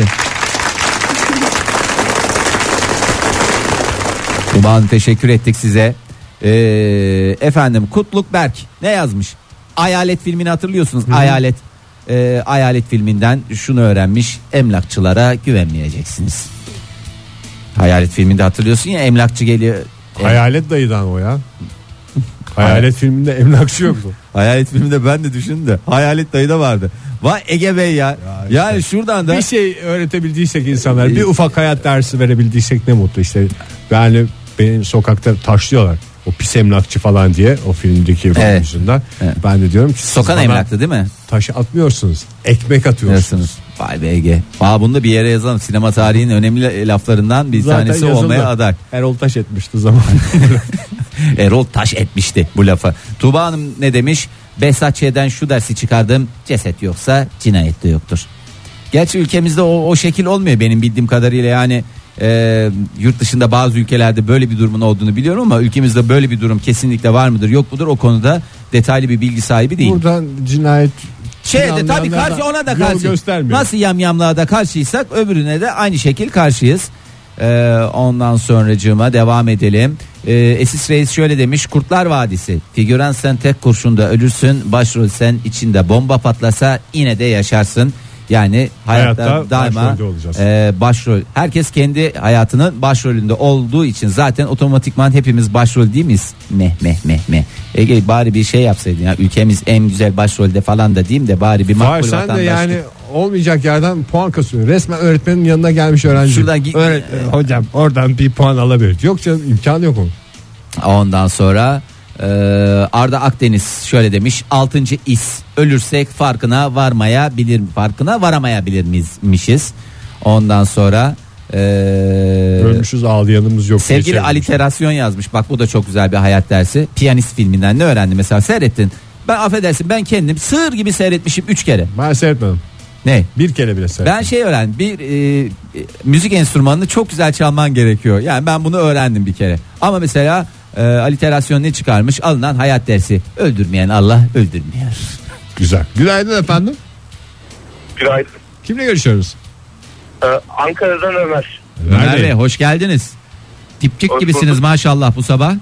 Tuğba Hanım teşekkür ettik size. Ee, efendim Kutluk Berk ne yazmış? Hayalet filmini hatırlıyorsunuz. Hayalet. Ee, Hayalet filminden şunu öğrenmiş. Emlakçılara güvenmeyeceksiniz. Hayalet filminde hatırlıyorsun ya, emlakçı geliyor. Hayalet dayıdan o ya. Hayalet filminde emlakçı yoktu. Hayalet filminde ben de düşündüm de Hayalet dayı da vardı. Vay Ege Bey ya. Ya işte. Yani şuradan da Bir şey öğretebildiysek insanlar, bir ufak hayat dersi verebildiysek ne mutlu işte. Yani benim sokakta taşlıyorlar. O pis emlakçı falan diye o filmdeki Evet. yüzünden. Evet. Ben de diyorum ki siz sokan bana emlaktı değil mi? taşı atmıyorsunuz. Ekmek atıyorsunuz. Diyorsunuz. Vay be Ege. Aa, bunu da bir yere yazalım. Sinema tarihinin önemli laflarından bir Zaten tanesi yazıldı. olmaya aday. Erol Taş etmişti zaman. Erol Taş etmişti bu lafı. Tuğba Hanım ne demiş? Behzat Ç'den şu dersi çıkardım. Ceset yoksa cinayet de yoktur. Gerçi ülkemizde o, o şekil olmuyor benim bildiğim kadarıyla. Yani e, yurt dışında bazı ülkelerde böyle bir durumun olduğunu biliyorum ama ülkemizde böyle bir durum kesinlikle var mıdır yok mudur, o konuda detaylı bir bilgi sahibi değilim. Buradan cinayet Şeyde tabii karşı, ona da yol karşı. göstermiyor. Nasıl yamyamlığa da karşıysak öbürüne de aynı şekil karşıyız. Ee, ondan sonracığıma devam edelim. Ee, Esis Reis şöyle demiş: Kurtlar Vadisi. Figüran sen tek kurşunda ölürsün, başrol sen içinde bomba patlasa yine de yaşarsın. Yani hayatta, Hayatta daima başrolde olacağız. e, başrol. Herkes kendi hayatının başrolünde olduğu için zaten otomatikman hepimiz başrol değil miyiz? Meh meh meh meh. Ege bari bir şey yapsaydın ya, ülkemiz en güzel başrolde falan da diyeyim de bari bir Var, makbul sen de vatandaşlık. yani olmayacak yerden puan kasıyorsun. Resmen öğretmenin yanına gelmiş öğrenci. Şuradan gi- Öğretmen, hocam oradan bir puan alabilir. Yok canım, imkanı yok onun. Ondan sonra e, Arda Akdeniz şöyle demiş: altıncı is, ölürsek farkına varmayabilir, farkına varamayabilirmişiz. Ondan sonra e, Ölmüşüz, ağlayanımız yok. sevgili diye aliterasyon yazmış. Bak bu da çok güzel bir hayat dersi. Piyanist filminden ne öğrendin mesela, seyrettin? Ben affedersin, ben kendim sığır gibi seyretmişim üç kere. Ben seyretmedim. Ne? Bir kere bile seyretmedim. Ben şey öğrendim. Bir e, e, müzik enstrümanını çok güzel çalman gerekiyor. Yani ben bunu öğrendim bir kere. Ama mesela e, aliterasyon ne çıkarmış? Alınan hayat dersi. Öldürmeyen Allah öldürmüyor. Güzel. Günaydın efendim. Günaydın. Kimle görüşüyoruz? Ee, Ankara'dan Ömer. Ömer Bey hoş geldiniz. Tipçik Hoş gibisiniz bulduk. maşallah bu sabah.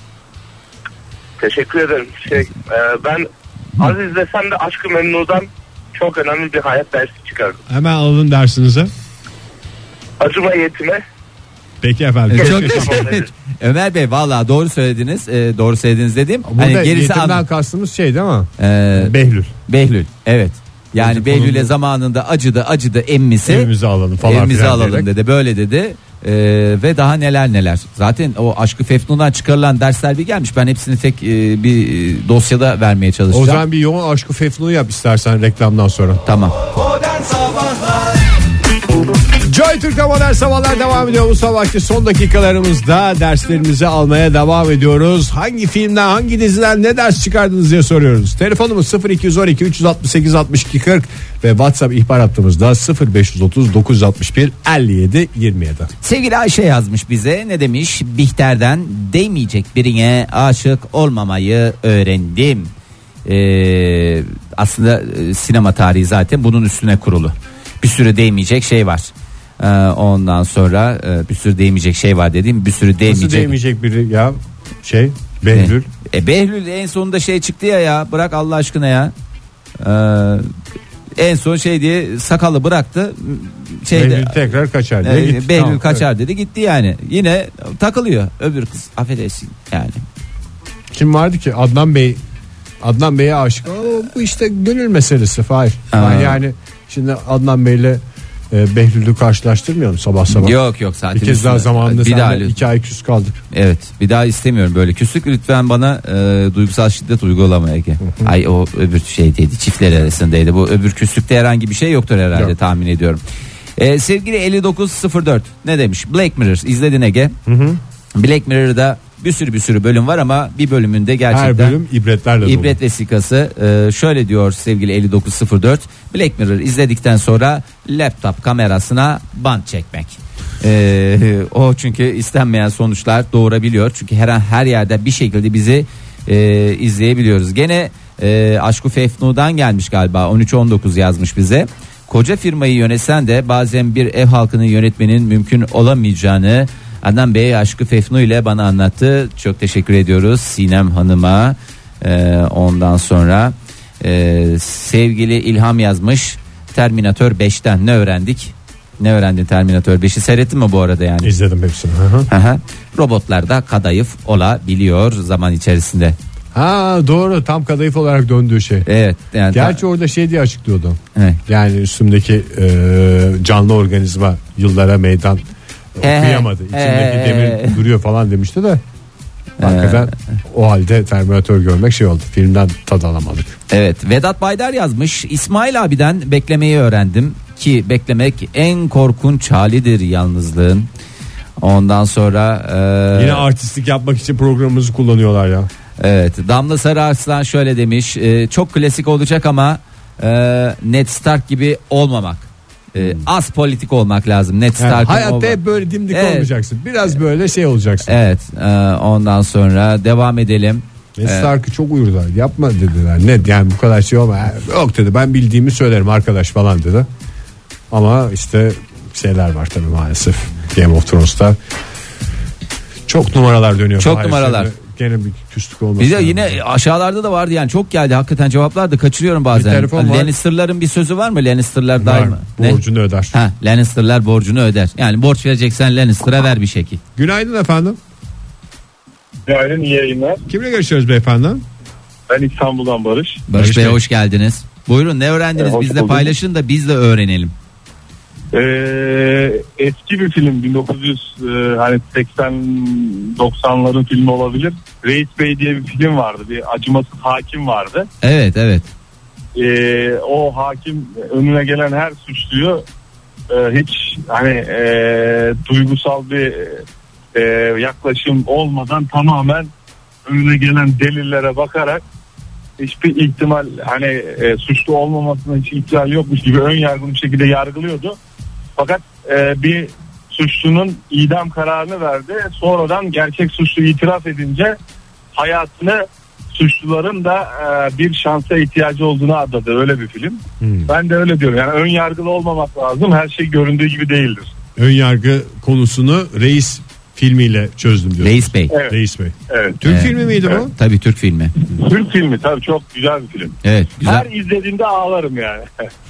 Teşekkür ederim. Şey, e, ben az izlesem de Aşk-ı Memnu'dan çok önemli bir hayat dersi çıkardım. Hemen alın dersinize. Acıma yetime. Peki efendim. E, Çok çok teşekkür- teşekkür ederim. Ömer Bey vallahi doğru söylediniz. E, doğru söylediniz dediğim. Burada Hani gerisi yetimden an... kastımız şey değil mi? E, Behlül. Behlül. Evet. Yani Çocuk Behlül'e konumda- zamanında acıdı acıdı emmisi. Evimizi alalım falan Evimizi filan alalım diyerek. dedi, böyle dedi. Ee, ve daha neler neler. Zaten o Aşk-ı Fefnun'dan çıkarılan dersler bir gelmiş. Ben hepsini tek e, bir e, dosyada vermeye O çalışacağım. zaman bir yoğun Aşk-ı Fefnun'u yap istersen reklamdan sonra. Tamam. Joy Türk'te modern sabahlar devam ediyor. Bu sabahki son dakikalarımızda derslerimizi almaya devam ediyoruz. Hangi filmden, hangi diziden ne ders çıkardınız diye soruyoruz. Telefonumuz sıfır iki on iki üç altı sekiz altmış iki kırk ve WhatsApp ihbar hattımızda sıfır beş otuz dokuz altmış bir elli yedi yirmi yedi. Sevgili Ayşe yazmış bize, ne demiş? Bihter'den değmeyecek birine aşık olmamayı öğrendim. Ee, aslında e, sinema tarihi zaten bunun üstüne kurulu. Bir sürü değmeyecek şey var. Ee, ondan sonra e, bir sürü değmeyecek şey var dediğim, bir sürü değmeyecek. Nasıl değmeyecek biri ya şey Behlül. E, Behlül en sonunda şey çıktı ya ya, bırak Allah aşkına ya. Ee, en son şey diye sakalı bıraktı. Şeyde, Behlül tekrar kaçar diye e, gitti. Behlül Tamam, kaçar evet. dedi gitti yani. Yine takılıyor öbür kız, affedersin yani. Kim vardı ki Adnan Bey, Adnan Bey'e aşık. Oo, bu işte gönül meselesi Fahir. Aa. Yani şimdi Adnan Bey'le e, Behlül'ü karşılaştırmıyorum sabah sabah. Yok yok zaten. Bir kez daha zamanında bir daha, seninle iki ay küs kaldık. evet bir daha istemiyorum böyle küslük, lütfen bana e, duygusal şiddet uygulama Ege. Ay o öbür şeydeydi, çiftler arasındaydı, bu öbür küslükte herhangi bir şey yoktur herhalde. Yok. Tahmin ediyorum. E, sevgili elli dokuz sıfır dört ne demiş? Black Mirror izledin Ege. Hı hı. Black Mirror'da bir sürü bir sürü bölüm var ama bir bölümünde gerçekten her bölüm ibretlerle dolu. İbret vesikası. Ee, şöyle diyor sevgili elli dokuz sıfır dört, Black Mirror izledikten sonra laptop kamerasına bant çekmek. Ee, o çünkü istenmeyen sonuçlar doğurabiliyor. Çünkü her an her yerde bir şekilde bizi e, izleyebiliyoruz. Gene e, Aşk-ı Fefnu'dan gelmiş galiba, on üç on dokuz yazmış bize. Koca firmayı yönetsen de bazen bir ev halkını yönetmenin mümkün olamayacağını Adnan Bey Aşk-ı Fefnu ile bana anlattı. Çok teşekkür ediyoruz Sinem Hanım'a. Ee, ondan sonra e, sevgili İlham yazmış. Terminator beşten ne öğrendik? Ne öğrendin Terminator beşi? Seyrettin mi bu arada yani? İzledim hepsini. Hı hı. Aha. Robotlar da kadayıf olabiliyor zaman içerisinde. Ha doğru, tam kadayıf olarak döndüğü şey. Evet. Yani Gerçi ta- orada şey diye açıklıyordu. Evet. Yani üstümdeki e, canlı organizma yıllara meydan okuyamadı. İçindeki demir duruyor falan demişti de. Hakikaten o halde Terminator görmek şey oldu. Filmden tad alamadık. Evet, Vedat Baydar yazmış. İsmail abiden beklemeyi öğrendim ki beklemek en korkunç halidir yalnızlığın. Ondan sonra e... yine artistlik yapmak için programımızı kullanıyorlar ya. Evet, Damla Sarıarslan şöyle demiş. E, çok klasik olacak ama e, Ned Stark gibi olmamak. E, az politik olmak lazım. Ned Yani Stark'ın hayatta olma- hep böyle dimdik Evet. olmayacaksın. Biraz böyle şey olacaksın. Evet, e, ondan sonra devam edelim. Ned Stark'ı çok uyurdular. Yapma dediler. Ne yani bu kadar şey olma. Yok dedi, ben bildiğimi söylerim arkadaş falan dedi. Ama işte şeyler var tabii maalesef. Game of Thrones'ta çok numaralar dönüyor. Çok Maalesef. numaralar. Gene bir küslük olması. Bir de lazım. yine aşağılarda da vardı yani, çok geldi hakikaten, cevaplar da kaçırıyorum bazen. Bir telefon var. Lannister'ların bir sözü var mı? Lannister'lar Var, daima ne? borcunu öder. Ha, Lannister'lar borcunu öder. Yani borç vereceksen Lannister'a ver bir şekil. Günaydın efendim. Günaydın, iyi yayınlar. Kimle görüşüyoruz beyefendi? Ben İstanbul'dan Barış. Barış Barış Bey Bey. hoş geldiniz. Buyurun, ne öğrendiniz? E, hoş Bizle bulduk. paylaşın da biz de öğrenelim. Ee, eski bir film, bin dokuz yüz e, hani seksen doksanların filmi olabilir. Reis Bey diye bir film vardı. Bir acımasız hakim vardı. Evet evet. Ee, o hakim önüne gelen her suçluyu e, hiç hani e, duygusal bir e, yaklaşım olmadan tamamen önüne gelen delillere bakarak hiçbir ihtimal hani e, suçlu olmamasına hiç ihtimal yokmuş gibi ön yargılı bir şekilde yargılıyordu. Fakat e, bir suçlunun idam kararını verdi. Sonradan gerçek suçlu itiraf edince hayatını suçluların da e, bir şansa ihtiyacı olduğunu adadı. Öyle bir film. Hmm. Ben de öyle diyorum. Yani ön yargılı olmamak lazım. Her şey göründüğü gibi değildir. Ön yargı konusunu Reis filmiyle çözdüm diyor. Reis Bey. Evet. Reis Bey. Evet. Türk Evet. filmi miydi Evet. bu? Tabii Türk filmi. Türk filmi tabii, çok güzel bir film. Evet güzel. Her izlediğimde ağlarım yani.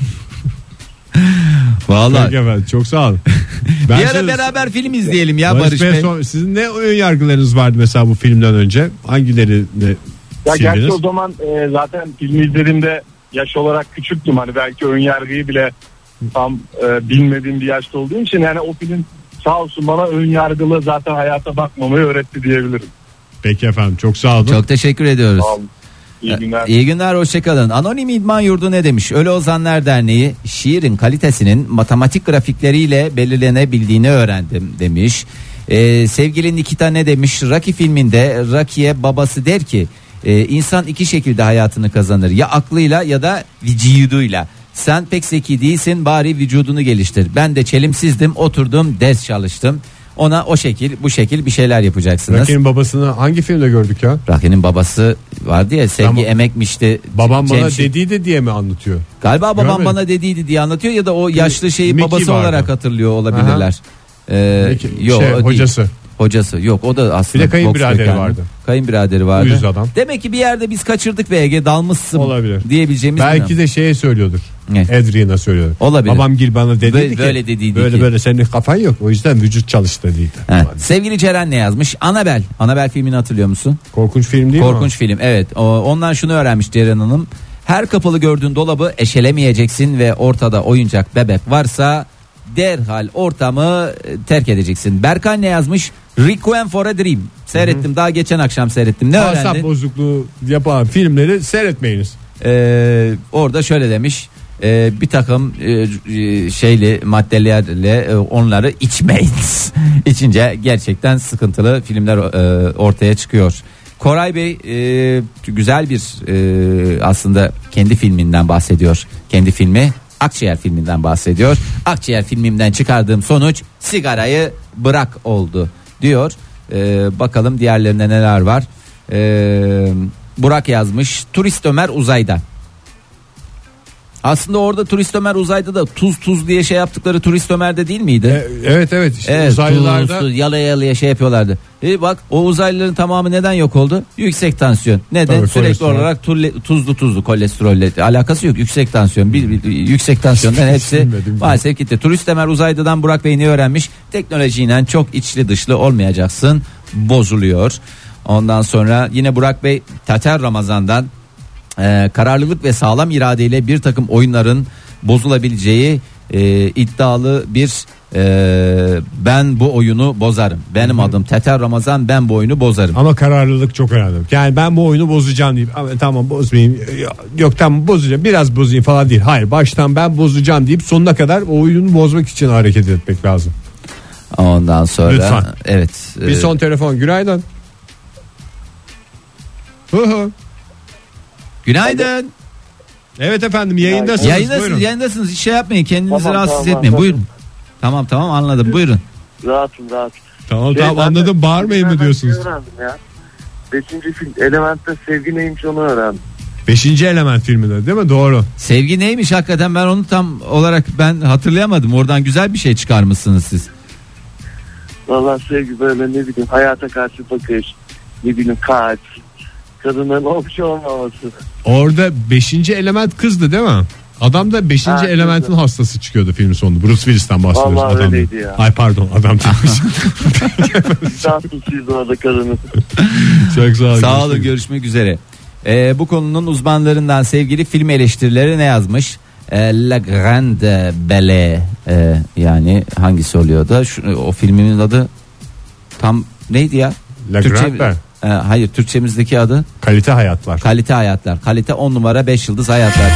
Vallahi. Peki efendim, çok sağ olun. Bir Ben ara size- beraber film izleyelim ya Barış, Barış Bey, Bey. son- sizin ne ön yargılarınız vardı mesela bu filmden önce? Hangilerini Ya gerçi sildiniz? o zaman e, zaten filmi izlediğimde yaş olarak küçüktüm. Hani belki ön yargıyı bile tam e, bilmediğim bir yaşta olduğum için yani o film sağ olsun bana ön yargılı zaten hayata bakmamayı öğretti diyebilirim. Peki efendim, çok sağ olun. Çok teşekkür ediyoruz. Sağ olun. İyi günler. İyi günler, hoşçakalın. Anonim İdman Yurdu ne demiş? Ölü Ozanlar Derneği şiirin kalitesinin matematik grafikleriyle belirlenebildiğini öğrendim demiş. Ee, sevgili Nikita ne demiş? Rocky filminde Rocky'ye babası der ki e, insan iki şekilde hayatını kazanır. Ya aklıyla ya da vücuduyla. Sen pek zeki değilsin, bari vücudunu geliştir. Ben de çelimsizdim, oturdum ders çalıştım. Ona o şekil bu şekil bir şeyler yapacaksınız. Rocky'nin babasını hangi filmde gördük ya? Rocky'nin babası vardı ya, Sevgi Tamam. Emekmişti. Babam bana Cemşit. dediydi diye mi anlatıyor? Galiba babam Görmedim. bana dediydi diye anlatıyor ya da o yaşlı şeyi Mickey babası vardı. olarak hatırlıyor olabilirler. Ee, Peki, yo, şey, o değil. hocası. Hocası yok, o da aslında Bir de kayınbiraderi boks kökenli. vardı. Kayınbiraderi vardı. Uyuz adam. Demek ki bir yerde biz kaçırdık ve Ege dalmışsın Olabilir. diyebileceğimiz. Belki bir de şeye söylüyordur. Ne? Adrian'a söylüyordur. Olabilir. Babam gil bana dediydi Böyle- ki. böyle dediydi Böyle ki. böyle senin kafan yok. O yüzden vücut çalış dediydi. He. Sevgili Ceren ne yazmış? Annabelle. Annabelle filmini hatırlıyor musun? Korkunç film değil mi? Korkunç film, evet. O, ondan şunu öğrenmiş Ceren Hanım. Her kapalı gördüğün dolabı eşelemeyeceksin ve ortada oyuncak bebek varsa derhal ortamı e, terk edeceksin. Berkay ne yazmış? Requiem for a Dream. Seyrettim, daha geçen akşam seyrettim. Ne Asap öğrendin? bozukluğu yapan filmleri seyretmeyiniz. Ee, orada şöyle demiş. e, bir takım e, e, şeyli maddelerle e, onları içmeyiniz. İçince gerçekten sıkıntılı filmler e, ortaya çıkıyor. Koray Bey e, güzel bir e, aslında kendi filminden bahsediyor. Kendi filmi Akciğer filminden bahsediyor. Akciğer filmimden çıkardığım sonuç sigarayı bırak oldu diyor. E, bakalım diğerlerinde neler var. E, Burak yazmış. Turist Ömer uzayda. Aslında orada Turist Ömer uzayda da tuz tuz diye şey yaptıkları Turist Ömer'de değil miydi? E, evet evet işte Evet, uzaylılarda tuz, tuz, yalaya yalaya şey yapıyorlardı. E bak, o uzaylıların tamamı neden yok oldu? Yüksek tansiyon. Neden? Tabii, Sürekli kolesterol. olarak turle, tuzlu tuzlu kolesterolle alakası yok. Yüksek tansiyon. Bir, bir- yüksek tansiyondan hepsi Bilmedim. maalesef gitti. Turist Ömer uzaydadan Burak Bey ne öğrenmiş? Teknolojiyle çok içli dışlı olmayacaksın. Bozuluyor. Ondan sonra yine Burak Bey Tatar Ramazan'dan e, kararlılık ve sağlam iradeyle bir takım oyunların bozulabileceği e, iddialı bir e, ben bu oyunu bozarım. Benim adım Tatar Ramazan, ben bu oyunu bozarım. ama kararlılık çok önemli. Yani ben bu oyunu bozacağım deyip ama tamam bozmayayım. Yok tamam bozacağım. Biraz bozayım falan değil. Hayır baştan ben bozacağım deyip sonuna kadar o oyunu bozmak için hareket etmek lazım. Ondan sonra Lütfen. evet. Bir e, son telefon. Günaydın. Hı hı. Günaydın. Evet efendim yayındasınız. Yayındasınız, Buyurun. yayındasınız. Hiç şey yapmayın, kendinizi Tamam, rahatsız tamam, etmeyin. tamam. Buyurun. Tamam tamam anladım. Buyurun. Rahatım rahat. Tamam Şey, tamam ben de- anladım bağırmayın mı ben diyorsunuz? şey öğrendim ya. Beşinci film Element'te sevgi neymiş onu öğrendim. Beşinci element filminde değil mi? Doğru. Sevgi neymiş hakikaten, ben onu tam olarak ben hatırlayamadım. Oradan güzel bir şey çıkarmışsınız siz. Vallahi sevgi böyle ne bileyim hayata karşı bakış, ne bileyim kalp, kadınların olmuş olmaması. Orada beşinci element kızdı değil mi? Adam da beşinci Ha, elementin kızdı. hastası çıkıyordu filmin sonunda. Bruce Willis'ten bahsediyoruz. Vallahi adam öyleydi değil. ya. Ay pardon adam değilmiş. Şanslısıyız orada kadını. Çok sağ olun. Sağ olun, görüşmek üzere. Ee, bu konunun uzmanlarından sevgili film eleştirileri ne yazmış? Ee, La Grande Belle, ee, yani hangisi oluyor da şu, o filmin adı tam neydi ya? La Grande Belle. Ee, hayır, Türkçemizdeki adı Kalite hayatlar. Kalite Hayatlar. Kalite on numara beş yıldız hayatlar.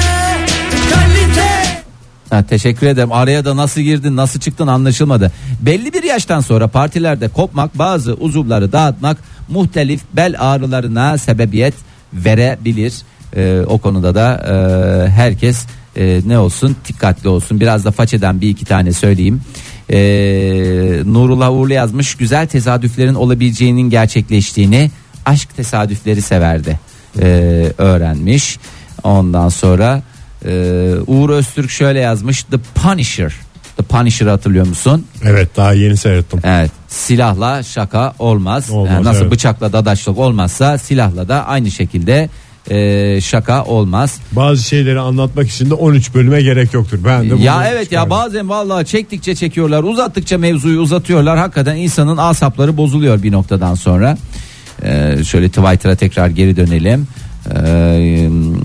Ha, teşekkür ederim. Araya da nasıl girdin, nasıl çıktın anlaşılmadı. Belli bir yaştan sonra partilerde kopmak, bazı uzuvları dağıtmak muhtelif bel ağrılarına sebebiyet verebilir. Ee, o konuda da e, herkes e, ne olsun, dikkatli olsun. Biraz da façeden bir iki tane söyleyeyim. Ee, Nurullah Uğurlu yazmış, güzel tesadüflerin olabileceğinin gerçekleştiğini aşk tesadüfleri severdi ee, öğrenmiş. Ondan sonra e, Uğur Öztürk şöyle yazmış, The Punisher. The Punisher'ı hatırlıyor musun? Evet daha yeni seyrettim. Evet, silahla şaka olmaz. Olmaz, Yani nasıl evet. bıçakla dadaşlık olmazsa silahla da aynı şekilde e, şaka olmaz. Bazı şeyleri anlatmak için de on üç bölüme gerek yoktur. Ben de bunu Ya evet ya, çıkardım. bazen vallahi çektikçe çekiyorlar, uzattıkça mevzuyu uzatıyorlar. Hakikaten insanın asapları bozuluyor bir noktadan sonra. Ee, şöyle Twitter'a tekrar geri dönelim. Ee,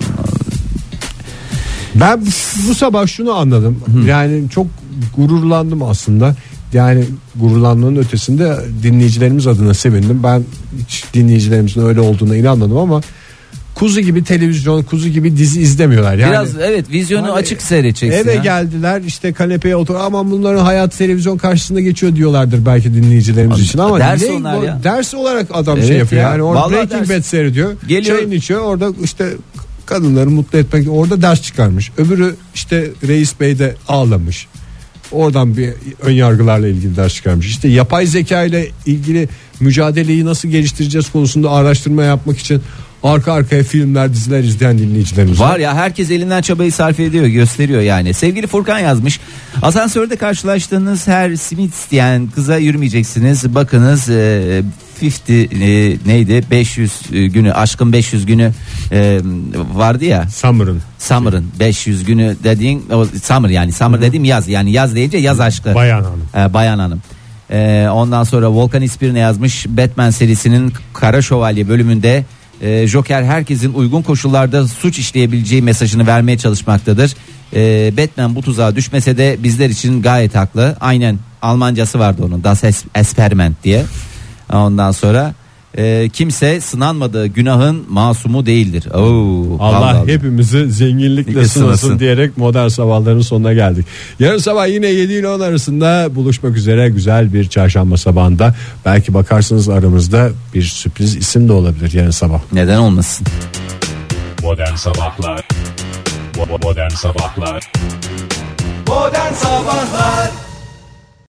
Ben bu sabah şunu anladım. Yani çok gururlandım aslında. Yani gururlanmanın ötesinde dinleyicilerimiz adına sevindim. Ben hiç dinleyicilerimizin öyle olduğuna inanmadım ama kuzu gibi televizyon, kuzu gibi dizi izlemiyorlar. Yani biraz evet, vizyonu Yani açık seyredeceksin. eve ya. geldiler işte kanepeye otur, aman bunların hayatı televizyon karşısında geçiyor diyorlardır belki dinleyicilerimiz için ama ders ne- onlar bu- ya. ders olarak adam Evet şey yapıyor. ya, Yani orada vallahi Breaking ders. Bad seyrediyor. Geliyor. Çayını içiyor. Orada işte kadınları mutlu etmek, orada ders çıkarmış. Öbürü işte Reis Bey de ağlamış. Oradan bir ön yargılarla ilgili ders çıkarmış. İşte yapay zeka ile ilgili mücadeleyi nasıl geliştireceğiz konusunda araştırma yapmak için arka arkaya filmler, diziler izleyen dinleyicilerimiz var ya, herkes elinden çabayı sarf ediyor, gösteriyor yani. Sevgili Furkan yazmış: asansörde karşılaştığınız her simit isteyen kıza yürümeyeceksiniz. Bakınız e, elli e, neydi beş yüz günü, aşkın beş yüz günü e, vardı ya, Summer'ın Summer'ın beş yüz günü dediğin o summer, yani summer dediğim yaz, yani yaz deyince yaz aşkı, Bayan Hanım. e, Bayan Hanım. E, ondan sonra Volkan İspir ne yazmış: Batman serisinin Kara Şövalye bölümünde e, Joker herkesin uygun koşullarda suç işleyebileceği mesajını vermeye çalışmaktadır. E, Batman bu tuzağa düşmese de bizler için gayet haklı. Aynen, Almancası vardı onun, Das Experiment diye. Ondan sonra e, kimse sınanmadığı günahın masumu değildir. Oo, Allah, Allah Allah. hepimizi zenginlikle Sınasın. sınasın diyerek modern sabahların sonuna geldik. Yarın sabah yine yedi ile on arasında buluşmak üzere, güzel bir çarşamba sabahında. Belki bakarsınız aramızda bir sürpriz isim de olabilir yarın sabah. Neden olmasın? Modern Sabahlar Modern Sabahlar Modern Sabahlar